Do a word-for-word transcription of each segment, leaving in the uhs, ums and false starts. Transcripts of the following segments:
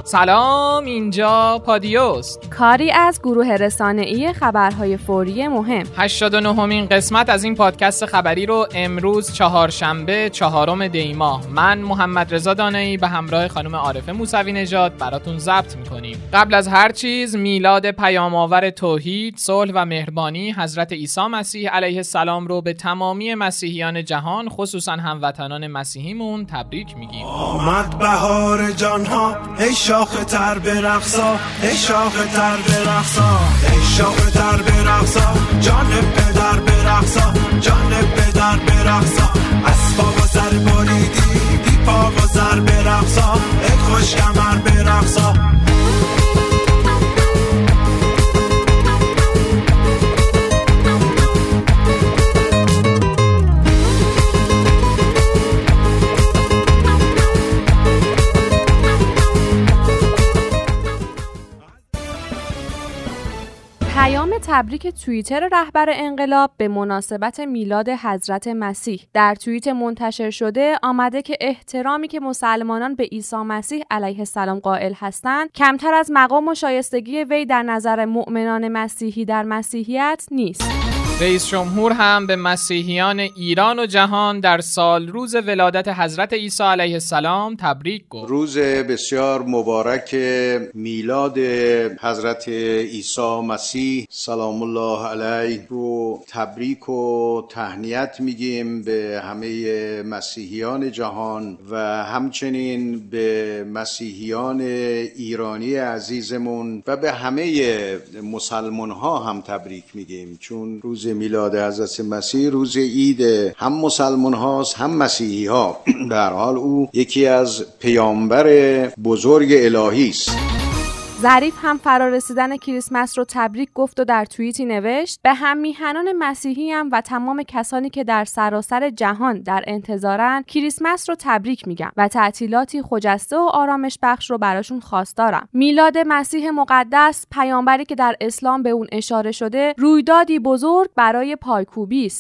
سلام، اینجا پادیوست، کاری از گروه رسانه‌ای خبرهای فوری مهم. هشتاد و نهمین قسمت از این پادکست خبری رو امروز چهارشنبه چهارم دی ماه من محمد رضا دانایی به همراه خانم عارفه موسوی نژاد براتون ضبط می‌کنیم. قبل از هر چیز میلاد پیام‌آور توحید، صلح و مهربانی حضرت عیسی مسیح علیه السلام رو به تمامی مسیحیان جهان خصوصا هموطنان مسیحیمون تبریک میگیم. آمد بهار جانها، ای شاخ تر برقصا، ای شاخ تر برقصا، ای شاخ تر برقصا، جان پدر برقصا، جان پدر برقصا، اسبا و سر بریدی بی پا و سر برقصا، ای خوش کمر برقصا. پیام تبریک توییتر رهبر انقلاب به مناسبت میلاد حضرت مسیح در توییت منتشر شده آمده که احترامی که مسلمانان به عیسی مسیح علیه السلام قائل هستند کمتر از مقام و شایستگی وی در نظر مؤمنان مسیحی در مسیحیت نیست. رئیس جمهور هم به مسیحیان ایران و جهان در سال روز ولادت حضرت عیسی علیه السلام تبریک گفت. روز بسیار مبارک میلاد حضرت عیسی مسیح سلام الله علیه رو تبریک و تهنیت میگیم به همه مسیحیان جهان و همچنین به مسیحیان ایرانی عزیزمون و به همه مسلمان ها هم تبریک میگیم، چون روز میلاد حضرت مسیح روز عید هم مسلمان هاست هم مسیحی ها. در حال او یکی از پیامبر بزرگ الهی است. ظریف هم فرارسیدن کریسمس رو تبریک گفت و در توییتی نوشت به هم میهنان مسیحیم و تمام کسانی که در سراسر جهان در انتظارن کریسمس رو تبریک میگم و تعطیلاتی خجسته و آرامش بخش رو براشون خواستارم. میلاد مسیح مقدس، پیامبری که در اسلام به اون اشاره شده، رویدادی بزرگ برای پایکوبی است.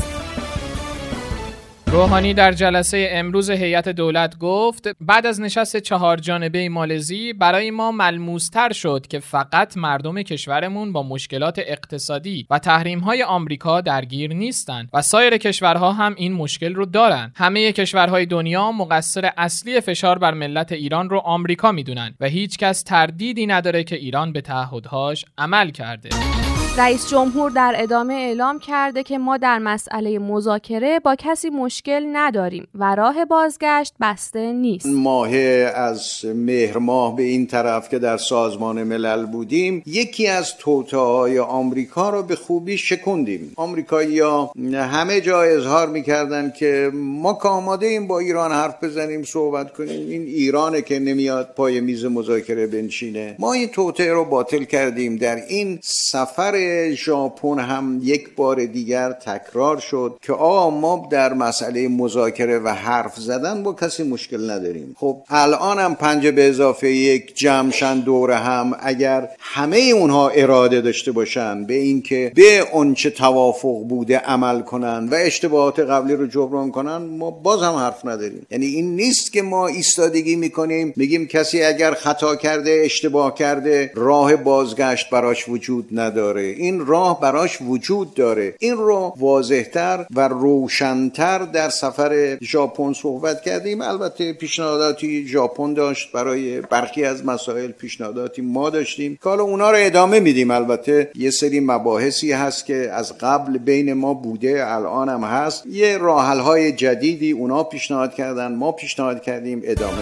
روحانی در جلسه امروز هیئت دولت گفت بعد از نشست چهار جانبه مالزی برای ما ملموس‌تر شد که فقط مردم کشورمون با مشکلات اقتصادی و تحریم‌های آمریکا درگیر نیستن و سایر کشورها هم این مشکل رو دارن. همه کشورهای دنیا مقصر اصلی فشار بر ملت ایران رو آمریکا میدونن و هیچ کس تردیدی نداره که ایران به تعهدهاش عمل کرده. رئیس جمهور در ادامه اعلام کرده که ما در مسئله مذاکره با کسی مشکل نداریم و راه بازگشت بسته نیست. ماه از مهر ماه به این طرف که در سازمان ملل بودیم یکی از توطئه‌های آمریکا رو به خوبی شکوندیم. آمریکایی‌ها همه جا اظهار می‌کردن که ما که آماده ایم با ایران حرف بزنیم، صحبت کنیم، این ایرانه که نمیاد پای میز مذاکره بنشینه. ما این توطئه رو باطل کردیم. در این سفر ژاپن هم یک بار دیگر تکرار شد که آقا ما در مسئله مذاکره و حرف زدن با کسی مشکل نداریم. خب الان هم پنج به اضافه یک جمعشن دور هم، اگر همه اونها اراده داشته باشن به این که به اون چه توافق بوده عمل کنن و اشتباهات قبلی رو جبران کنن، ما باز هم حرف نداریم. یعنی این نیست که ما ایستادگی میکنیم میگیم کسی اگر خطا کرده، اشتباه کرده، راه بازگشت براش وجود نداره. این راه براش وجود داره. این رو واضح‌تر و روشن‌تر در سفر ژاپن صحبت کردیم. البته پیشنهاداتی ژاپن داشت برای برخی از مسائل، پیشنهاداتی ما داشتیم که حالا اونا رو ادامه میدیم. البته یه سری مباحثی هست که از قبل بین ما بوده، الان هم هست. یه راه‌حل‌های جدیدی اونا پیشنهاد کردن، ما پیشنهاد کردیم، ادامه.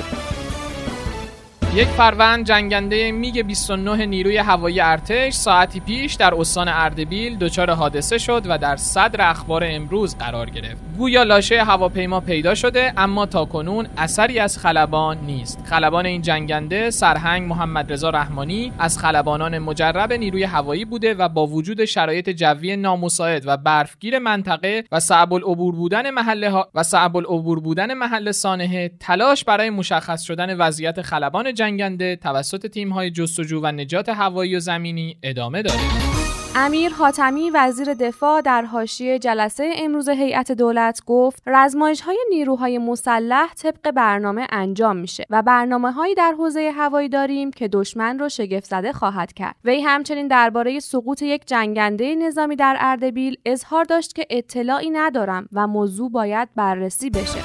یک فروند جنگنده میگ بیست و نه نیروی هوایی ارتش ساعتی پیش در استان اردبیل دچار حادثه شد و در صدر اخبار امروز قرار گرفت. گویا لاشه هواپیما پیدا شده اما تاکنون اثری از خلبان نیست. خلبان این جنگنده سرهنگ محمد رضا رحمانی از خلبانان مجرب نیروی هوایی بوده و با وجود شرایط جوی نامساعد و برفگیر منطقه و صعب العبور بودن محله ها و صعب العبور بودن محل سانحه، تلاش برای مشخص شدن وضعیت خلبان جنگنده توسط تیم‌های جستجو و نجات هوایی و زمینی ادامه داره. امیر حاتمی وزیر دفاع در حاشیه جلسه امروز هیئت دولت گفت رزمایش‌های نیروهای مسلح طبق برنامه انجام میشه و برنامه‌هایی در حوزه هوایی داریم که دشمن رو شگفت‌زده خواهد کرد. وی همچنین درباره سقوط یک جنگنده نظامی در اردبیل اظهار داشت که اطلاعی ندارم و موضوع باید بررسی بشه.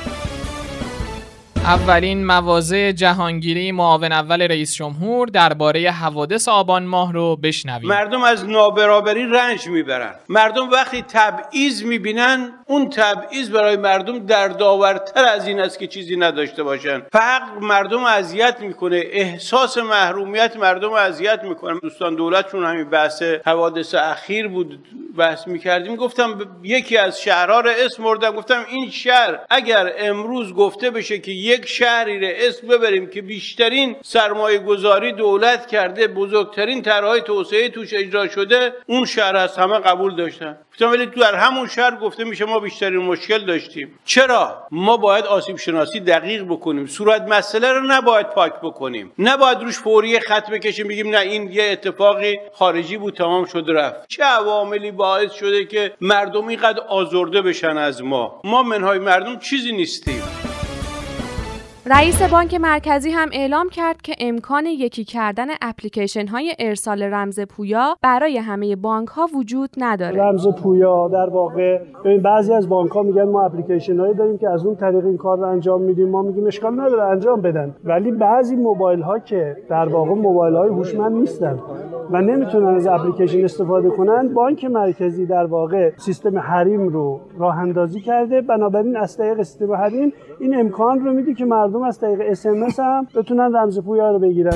اولین مواضع جهانگیری معاون اول رئیس جمهور درباره حوادث آبان ماه رو بشنویم. مردم از نابرابری رنج میبرن. مردم وقتی تبعیض میبینن، اون تبعیض برای مردم دردآورتر از این است که چیزی نداشته باشن. فقر مردم اذیت میکنه، احساس محرومیت مردم اذیت میکنه. دوستان دولتشون همین بحث حوادث اخیر بود بحث میکردیم، گفتم یکی از شهرها رو اسم بردم، گفتم این شهر اگر امروز گفته بشه که یک شهری رو اسم ببریم که بیشترین سرمایه گذاری دولت کرده، بزرگترین طرحهای توسعه توش اجرا شده، اون شهر هست، همه قبول داشتن. گفتم ولی تو در همون شهر گفته میشه ما بیشترین مشکل داشتیم. چرا؟ ما باید آسیب شناسی دقیق بکنیم، صورت مسئله رو نباید پاک بکنیم، نباید روش فوری خط بکشیم بگیم نه این یه اتفاقی خارجی بود تمام شد رفت. چه عواملی باعث شده که مردم اینقدر آزرده بشن از ما؟ ما منهای مردم چیزی نیستیم. رئیس بانک مرکزی هم اعلام کرد که امکان یکی کردن اپلیکیشن های ارسال رمز پویا برای همه بانک ها وجود نداره. رمز پویا در واقع ببین بعضی از بانک ها میگن ما اپلیکیشن هایی داریم که از اون طریق این کار رو انجام میدیم، ما میگیم اشکال نداره انجام بدن، ولی بعضی موبایل ها که در واقع موبایل های هوشمند نیستن و نمیتونن از اپلیکیشن استفاده کنن، بانک مرکزی در واقع سیستم حریم رو راه اندازی کرده. بنابراین از طریق سیستم حریم این امکان رو میده که مردم از طریق اس ام اس هم بتونن رمز پویا رو بگیرن.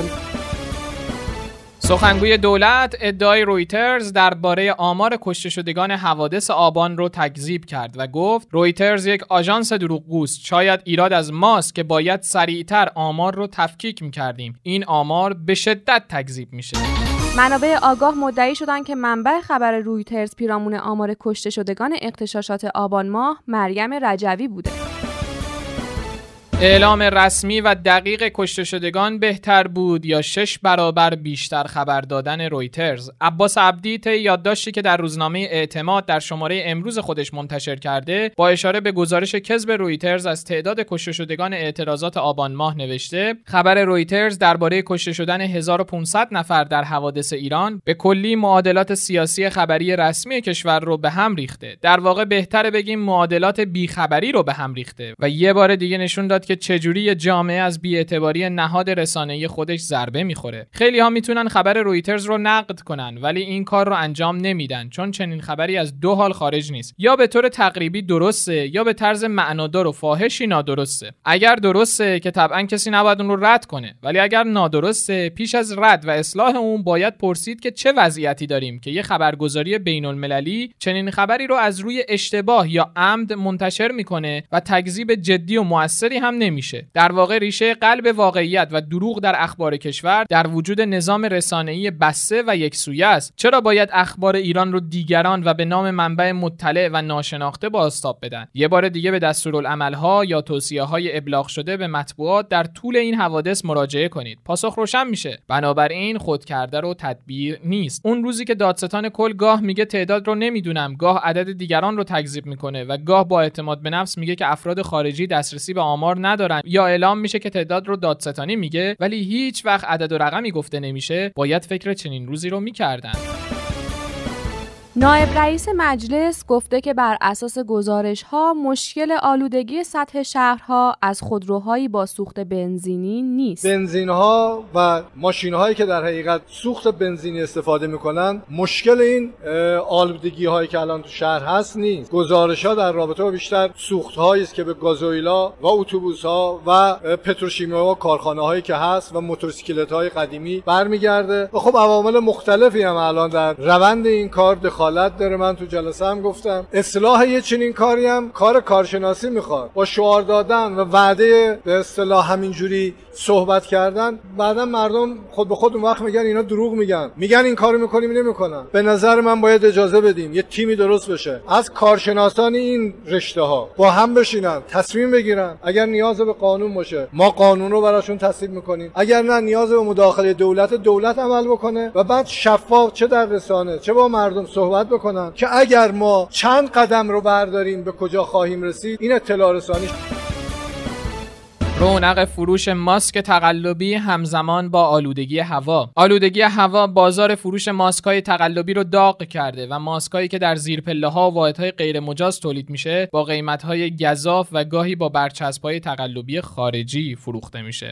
سخنگوی دولت ادعای رویترز درباره آمار کشته شدگان حوادث آبان رو تکذیب کرد و گفت رویترز یک آژانس دروغگوست. شاید ایراد از ماست که باید سریعتر آمار رو تفکیک می‌کردیم. این آمار به شدت تکذیب میشه. منابع آگاه مدعی شدند که منبع خبر رویترز پیرامون آمار کشته شدگان اغتشاشات آبان ماه مریم رجوی بوده. اعلام رسمی و دقیق کشته شدگان بهتر بود یا شش برابر بیشتر خبر دادن رویترز؟ عباس عبدی طی یادداشتی که در روزنامه اعتماد در شماره امروز خودش منتشر کرده با اشاره به گزارش کذب رویترز از تعداد کشته شدگان اعتراضات آبان ماه نوشته خبر رویترز درباره کشته شدن هزار و پانصد نفر در حوادث ایران به کلی معادلات سیاسی خبری رسمی کشور رو به هم ریخته. در واقع بهتره بگیم معادلات بیخبری رو به هم ریخته و یه بار دیگه نشون داد که چجوری جامعه از بی‌اعتباری نهاد رسانه‌ای خودش ضربه میخوره. خیلی ها میتونن خبر رویترز رو نقد کنن ولی این کار رو انجام نمیدن، چون چنین خبری از دو حال خارج نیست: یا به طور تقریبی درسته یا به طرز معنادار و فاحشی نادرسته. اگر درسته که طبعا کسی نباید اون رو رد کنه، ولی اگر نادرسته پیش از رد و اصلاح اون باید پرسید که چه وضعیتی داریم که یه خبرگزاری بین‌المللی چنین خبری رو از روی اشتباه یا عمد منتشر میکنه و تکذیب جدی و موثری هم نمیشه. در واقع ریشه قلب واقعیت و دروغ در اخبار کشور در وجود نظام رسانه‌ای بسته و یکسویه است. چرا باید اخبار ایران رو دیگران و به نام منبع مطلع و ناشناخته بازتاب بدن؟ یه بار دیگه به دستورالعمل‌ها یا توصیه‌های ابلاغ شده به مطبوعات در طول این حوادث مراجعه کنید. پاسخ روشن میشه. بنابراین خودکرده رو تدبیر نیست. اون روزی که دادستان کل گاه میگه تعداد رو نمیدونم، گاه عدد دیگران رو تکذیب میکنه و گاه با اعتماد به نفس میگه که افراد خارجی دسترسی به آمار ندارن، یا اعلام میشه که تعداد رو دادستانی میگه ولی هیچ وقت عدد و رقمی گفته نمیشه، باید فکر چنین روزی رو میکردن. نایب رئیس مجلس گفته که بر اساس گزارش‌ها مشکل آلودگی سطح شهرها از خودروهایی با سوخت بنزینی نیست. بنزین‌ها و ماشین‌هایی که در حقیقت سوخت بنزینی استفاده می‌کنن مشکل این آلودگی‌هایی که الان تو شهر هست نیست. گزارش‌ها در رابطه با بیشتر سوخت‌هایی است که به گازوئیل‌ها و اتوبوس‌ها و پتروشیمی‌ها و کارخانه‌هایی که هست و موتورسیکلت‌های قدیمی برمیگرده و خب عوامل مختلفی هم الان در روند این کار دخالت دخالت داره. من تو جلسه هم گفتم اصلاح یه چنین کاری هم کار کارشناسی میخواد، با شعار دادن و وعده به اصطلاح همینجوری صحبت کردن. بعدا مردم خود به خود اون وقت میگن اینا دروغ میگن، میگن این کارو میکنیم نمیکنن. به نظر من باید اجازه بدیم یه تیمی درست بشه از کارشناسان این رشته ها، با هم بشینن تصمیم بگیرن. اگر نیاز به قانون باشه ما قانون رو براشون تصویب میکنیم، اگر نه نیاز به مداخله دولت دولت عمل بکنه و بعد شفاف چه در رسانه چه با مردم صحبت بکنن که اگر ما چند قدم رو برداریم به کجا خواهیم رسید. این اطلاع رسانی. رونق فروش ماسک تقلبی همزمان با آلودگی هوا. آلودگی هوا بازار فروش ماسک‌های تقلبی رو داغ کرده و ماسک‌هایی که در زیر پله‌ها و واحدهای غیر مجاز تولید میشه با قیمت‌های گزاف و گاهی با برچسب‌های تقلبی خارجی فروخته میشه.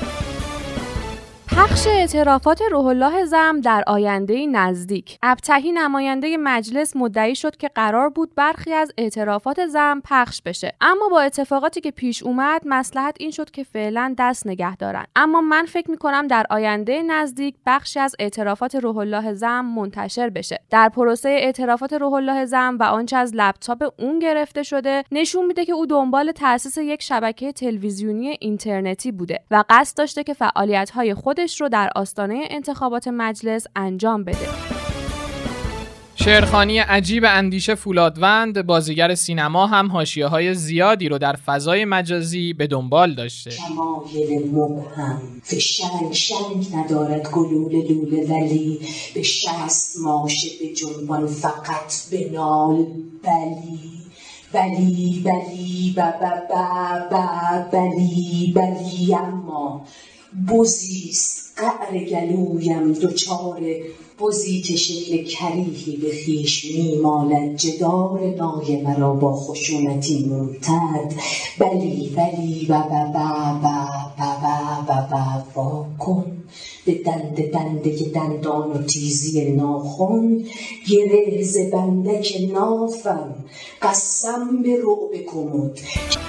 پخش اعترافات روح الله زم در آینده نزدیک. ابطحی نماینده مجلس مدعی شد که قرار بود برخی از اعترافات زم پخش بشه، اما با اتفاقاتی که پیش اومد مصلحت این شد که فعلا دست نگه دارن. اما من فکر میکنم در آینده نزدیک بخشی از اعترافات روح الله زم منتشر بشه. در پروسه اعترافات روح الله زم و آنچه از لپتاپ اون گرفته شده نشون میده که او دنبال تأسیس یک شبکه تلویزیونی اینترنتی بوده و قصد داشته که فعالیت‌های خودش رو در آستانه انتخابات مجلس انجام بده. شعرخوانی عجیب اندیشه فولادوند، بازیگر سینما، هم حاشیه‌های زیادی رو در فضای مجازی به دنبال داشته. شمایل مبهم فشنگ شنگ ندارد گلوله لوله، ولی به شست ماشه به جنبان فقط به نال بلی بلی بلی با با با با بلی بلی. اما بزیست قعر گلویم دوچار بزی که شکل کریهی به خویش میمالد، جدار نای مرا با خشونتی ممتد. بلی بلی و با با با با با با با کن به دند دنده دندان و تیزی ناخن، گره ز بندک نافم قسم به رعب کمد.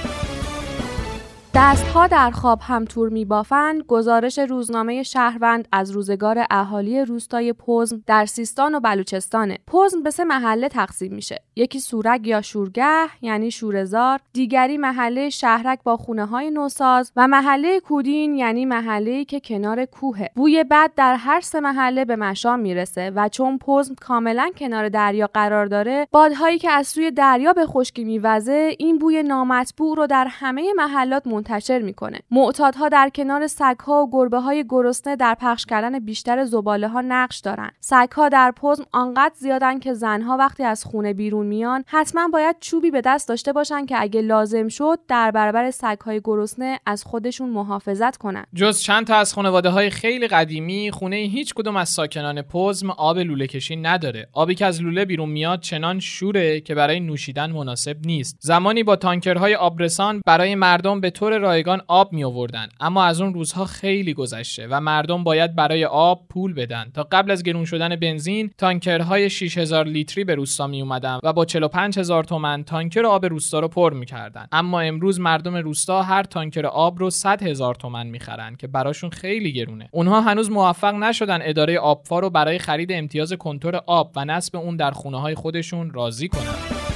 دستها در خواب هم تور می‌بافند. گزارش روزنامه شهروند از روزگار اهالی روستای پزم در سیستان و بلوچستانه. پزم به سه محله تقسیم میشه. یکی سورگ یا شورگه یعنی شورزار، دیگری محله شهرک با خونه‌های نوساز و محله کودین یعنی محله‌ای که کنار کوهه. بوی بد در هر سه محله به مشام میرسه و چون پزم کاملا کنار دریا قرار داره، بادهایی که از سوی دریا به خشکی میوزه این بوی نامطبوع رو در همه محلات منتشر میکنه. معتادها در کنار سگ‌ها و گربه‌های گرسنه در پخش کردن بیشتر زباله‌ها نقش دارن. سگ‌ها در پزم آنقدر زیادن که زنها وقتی از خونه بیرون میان حتما باید چوبی به دست داشته باشن که اگه لازم شد در برابر سگ‌های گرسنه از خودشون محافظت کنن. جز چند تا از خانواده‌های خیلی قدیمی، خونه هیچ کدوم از ساکنان پزم آب لوله کشی نداره. آبی که از لوله بیرون میاد چنان شوره که برای نوشیدن مناسب نیست. زمانی با تانکرهای آبرسان برای مردم به طور رایگان آب می آوردن، اما از اون روزها خیلی گذشته و مردم باید برای آب پول بدن. تا قبل از گرون شدن بنزین تانکرهای شش هزار لیتری به روستا می اومدن و با چهل و پنج هزار تومان تانکر آب روستا رو پر می‌کردن. اما امروز مردم روستا هر تانکر آب رو صد هزار تومان می‌خرن که براشون خیلی گرونه. اونها هنوز موفق نشدن اداره آبفا رو برای خرید امتیاز کنتور آب و نصب اون در خونه‌های خودشون راضی کنن.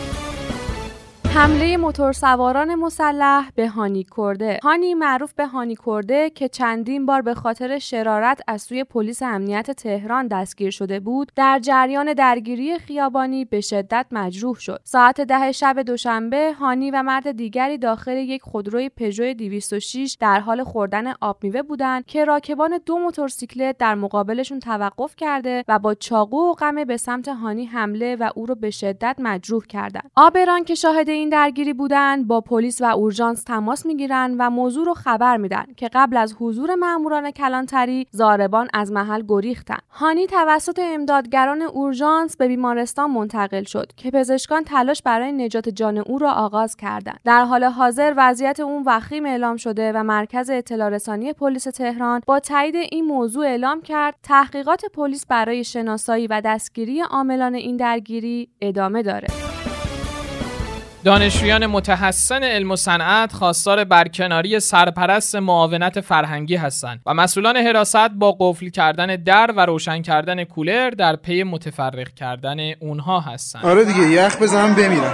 حمله موتورسواران مسلح به هانی کرده. هانی معروف به هانی کرده که چندین بار به خاطر شرارت از سوی پلیس امنیت تهران دستگیر شده بود، در جریان درگیری خیابانی به شدت مجروح شد. ساعت ده شب دوشنبه هانی و مرد دیگری داخل یک خودروی پژو دویست و شش در حال خوردن آب میوه بودند که راکبان دو موتورسیکلت در مقابلشون توقف کرده و با چاقو و قمه به سمت هانی حمله و او رو به شدت مجروح کردند. آبران که شاهد این درگیری بودن با پلیس و اورژانس تماس میگیرن و موضوع رو خبر میدن که قبل از حضور ماموران کلانتری ضاربان از محل گریختن. هانی توسط امدادگران اورژانس به بیمارستان منتقل شد که پزشکان تلاش برای نجات جان او را آغاز کردند. در حال حاضر وضعیت اون وخیم اعلام شده و مرکز اطلاع رسانی پلیس تهران با تایید این موضوع اعلام کرد تحقیقات پلیس برای شناسایی و دستگیری عاملان این درگیری ادامه داره. دانشجویان متحسن علم و صنعت خواستار برکناری سرپرست معاونت فرهنگی هستند و مسئولان حراست با قفل کردن در و روشن کردن کولر در پی متفرق کردن اونها هستند. آره دیگه، یخ بزنم بمیرم.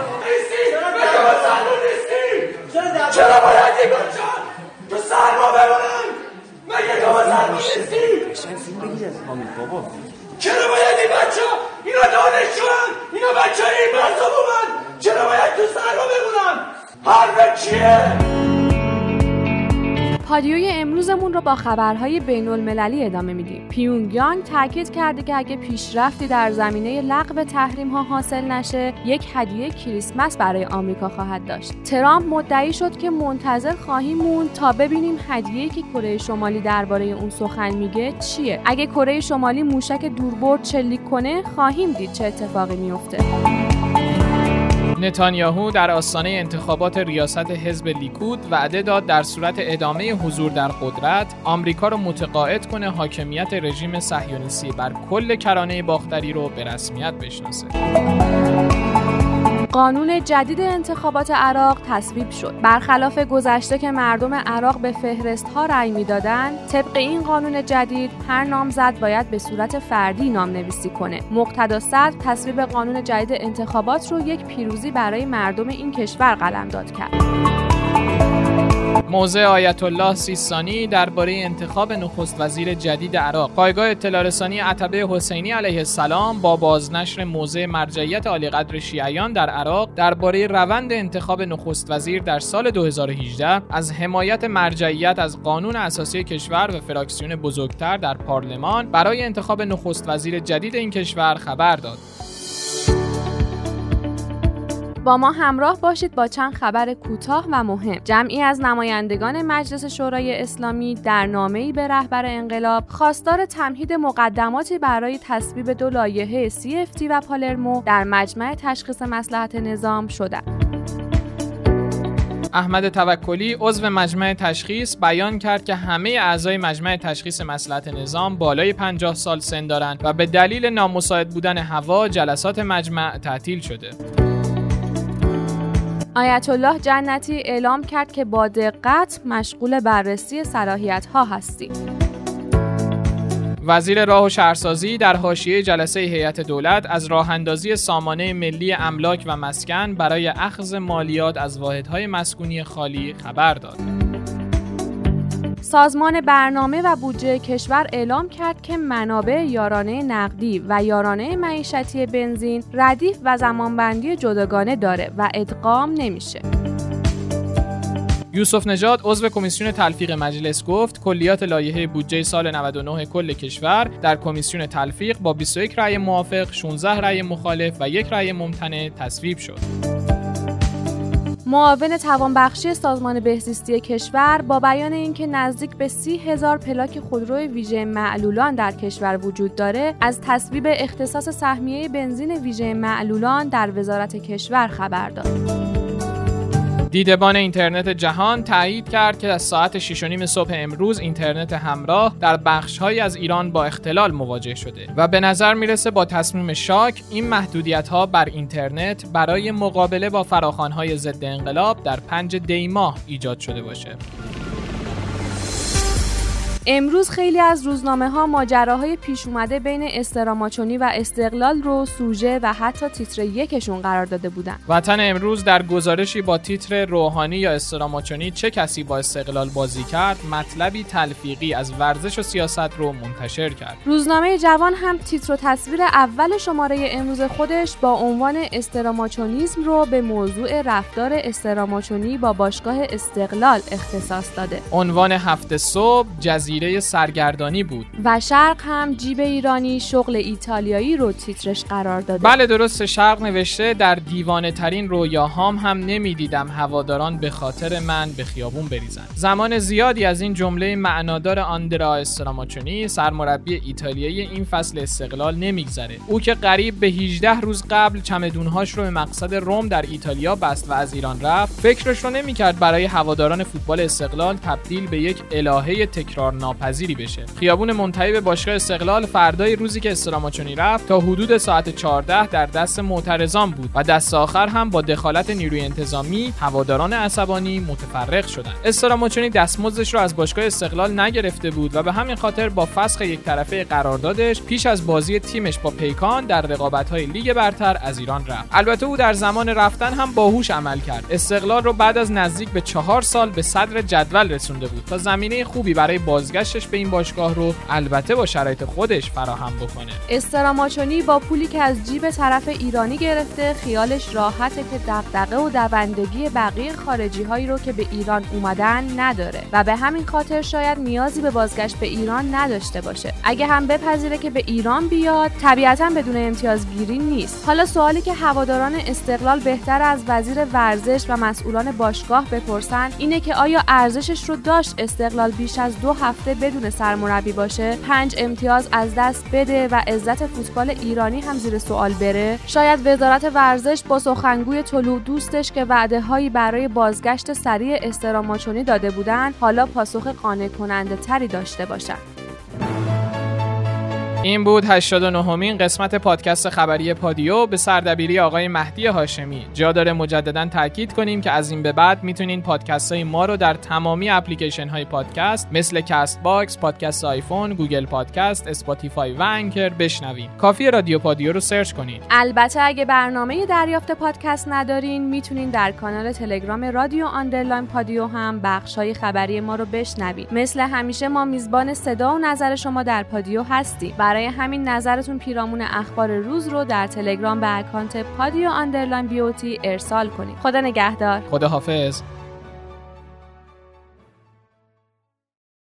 چرا باید دیگار جان تو سرما بمونن؟ مگه تو سرما نیستی؟ چرا باید این بچه ها اینا دانشجو هن؟ اینا بچه های این مرزابو من چرا باید تو سرما بمونن؟ حرف چیه؟ پادیوی امروزمون رو با خبرهای بین المللی ادامه میدیم. پیونگیانگ تاکید کرده که اگه پیشرفتی در زمینه لغو تحریم ها حاصل نشه، یک هدیه کریسمس برای آمریکا خواهد داشت. ترامپ مدعی شد که منتظر خواهیم موند تا ببینیم هدیه‌ای که کره شمالی درباره اون سخن میگه چیه. اگه کره شمالی موشک دوربرد شلیک کنه، خواهیم دید چه اتفاقی میفته. نتانیاهو در آستانه انتخابات ریاست حزب لیکود وعده داد در صورت ادامه حضور در قدرت، آمریکا رو متقاعد کنه حاکمیت رژیم صهیونیستی بر کل کرانه باختری رو به رسمیت بشناسه. قانون جدید انتخابات عراق تصویب شد. برخلاف گذشته که مردم عراق به فهرست‌ها رأی می‌دادند، طبق این قانون جدید هر نامزد باید به صورت فردی نام‌نویسی کنه. مقتدا صدر تصویب قانون جدید انتخابات رو یک پیروزی برای مردم این کشور قلمداد کرد. موضع آیت الله سیستانی درباره انتخاب نخست وزیر جدید عراق. پایگاه اطلاع رسانی عتبه حسینی علیه السلام با بازنشر موضع مرجعیت عالیقدر شیعیان در عراق درباره روند انتخاب نخست وزیر در سال دو هزار و هجده از حمایت مرجعیت از قانون اساسی کشور و فراکسیون بزرگتر در پارلمان برای انتخاب نخست وزیر جدید این کشور خبر داد. با ما همراه باشید با چند خبر کوتاه و مهم. جمعی از نمایندگان مجلس شورای اسلامی در نامه‌ای به رهبر انقلاب خواستار تمهید مقدماتی برای تصویب دو لایحه سی اف تی و پالرمو در مجمع تشخیص مصلحت نظام شدند. احمد توکلی عضو مجمع تشخیص بیان کرد که همه اعضای مجمع تشخیص مصلحت نظام بالای پنجاه سال سن دارند و به دلیل نامساعد بودن هوا جلسات مجمع تعطیل شده. آیت الله جنتی اعلام کرد که با دقت مشغول بررسی صلاحیت‌ها هستیم. وزیر راه و شهرسازی در حاشیه جلسه هیئت دولت از راه‌اندازی سامانه ملی املاک و مسکن برای اخذ مالیات از واحدهای مسکونی خالی خبر داد. سازمان برنامه و بودجه کشور اعلام کرد که منابع یارانه نقدی و یارانه معیشتی بنزین ردیف و زمانبندی جداگانه داره و ادغام نمیشه. یوسف نژاد عضو کمیسیون تلفیق مجلس گفت کلیات لایحه بودجه سال نود و نه کل کشور در کمیسیون تلفیق با بیست و یک رأی موافق، شانزده رأی مخالف و یک رأی ممتنع تصویب شد. معاون توانبخشی سازمان بهزیستی کشور با بیان اینکه نزدیک به سی هزار پلاک خودرو ویژه معلولان در کشور وجود داره، از تصویب اختصاص سهمیه بنزین ویژه معلولان در وزارت کشور خبر داد. دیدبان اینترنت جهان تایید کرد که از ساعت شش و نیم صبح امروز اینترنت همراه در بخش‌هایی از ایران با اختلال مواجه شده و به نظر میرسه با تصمیم شاک این محدودیت‌ها بر اینترنت برای مقابله با فراخوان‌های ضد انقلاب در پنج دی ماه ایجاد شده باشه. امروز خیلی از روزنامه‌ها ماجراهای پیش اومده بین استراماچونی و استقلال رو سوژه و حتی تیتر یکشون قرار داده بودن. وطن امروز در گزارشی با تیتر روحانی یا استراماچونی چه کسی با استقلال بازی کرد، مطلبی تلفیقی از ورزش و سیاست رو منتشر کرد. روزنامه جوان هم تیتر و تصویر اول شماره امروز خودش با عنوان استراماچونیسم رو به موضوع رفتار استراماچونی با باشگاه استقلال اختصاص داده. عنوان هفته صبح جزیره سرگردانی بود و شرق هم جیب ایرانی شغل ایتالیایی رو تیترش قرار داده. بله درست، شرق نوشته در دیوانه ترین رویاهام هم نمیدیدم هواداران به خاطر من به خیابون بریزن. زمان زیادی از این جمله معنادار آندرا استراماچونی سرمربی ایتالیایی این فصل استقلال نمیگذره. او که قریب به هجده روز قبل چمدونهاش رو به مقصد روم در ایتالیا بست و از ایران رفت، فکرش رو نمیکرد برای هواداران فوتبال استقلال تبدیل به یک الهه تکرار ناپذیری بشه. خیابون منتهی به باشگاه استقلال فردای روزی که استراماچونی رفت تا حدود ساعت چهارده در دست معترضان بود و دست آخر هم با دخالت نیروی انتظامی هواداران عصبانی متفرق شدند. استراماچونی دستمزدش رو از باشگاه استقلال نگرفته بود و به همین خاطر با فسخ یک طرفه قراردادش پیش از بازی تیمش با پیکان در رقابت‌های لیگ برتر از ایران رفت. البته او در زمان رفتن هم باهوش عمل کرد. استقلال رو بعد از نزدیک به چهار سال به صدر جدول رسونده بود تا زمینه خوبی برای بازگشتش به این باشگاه رو البته با شرایط خودش فراهم بکنه. استراماچونی با پولی که از جیب طرف ایرانی گرفته خیالش راحته که دغدغه و دوندگی بقیه خارجی‌هایی رو که به ایران اومدن نداره و به همین خاطر شاید نیازی به بازگشت به ایران نداشته باشه. اگه هم بپذیره که به ایران بیاد، طبیعتاً بدون امتیازگیری نیست. حالا سوالی که هواداران استقلال بهتر از وزیر ورزش و مسئولان باشگاه بپرسن اینه که آیا ارزشش رو داشت استقلال بیش از دو هفته بدون سرمربی باشه، پنج امتیاز از دست بده و عزت فوتبال ایرانی هم زیر سوال بره؟ شاید وزارت ورزش با سخنگوی طلوع دوستش که وعده‌هایی برای بازگشت سریع استراماچونی داده بودن، حالا پاسخ قانع کننده تری داشته باشن. این بود هشتاد و نهمین قسمت پادکست خبری پادیو به سردبیری آقای مهدی هاشمی. جا داره مجددا تاکید کنیم که از این به بعد میتونین پادکست های ما رو در تمامی اپلیکیشن های پادکست مثل کست باکس، پادکست آیفون، گوگل پادکست، اسپاتیفای و انکر بشنوین. کافیه رادیو پادیو رو سرچ کنین. البته اگه برنامه دریافت پادکست ندارین میتونین در کانال تلگرام رادیو آندرلاین پادیو هم بخش‌های خبری ما رو بشنوید. مثل همیشه ما میزبان صدا و نظر شما در پادیو هستیم. برای همین نظرتون پیرامون اخبار روز رو در تلگرام به اکانت پادیو آندرلاین بیوتی ارسال کنید. خدا نگهدار. خدا حافظ.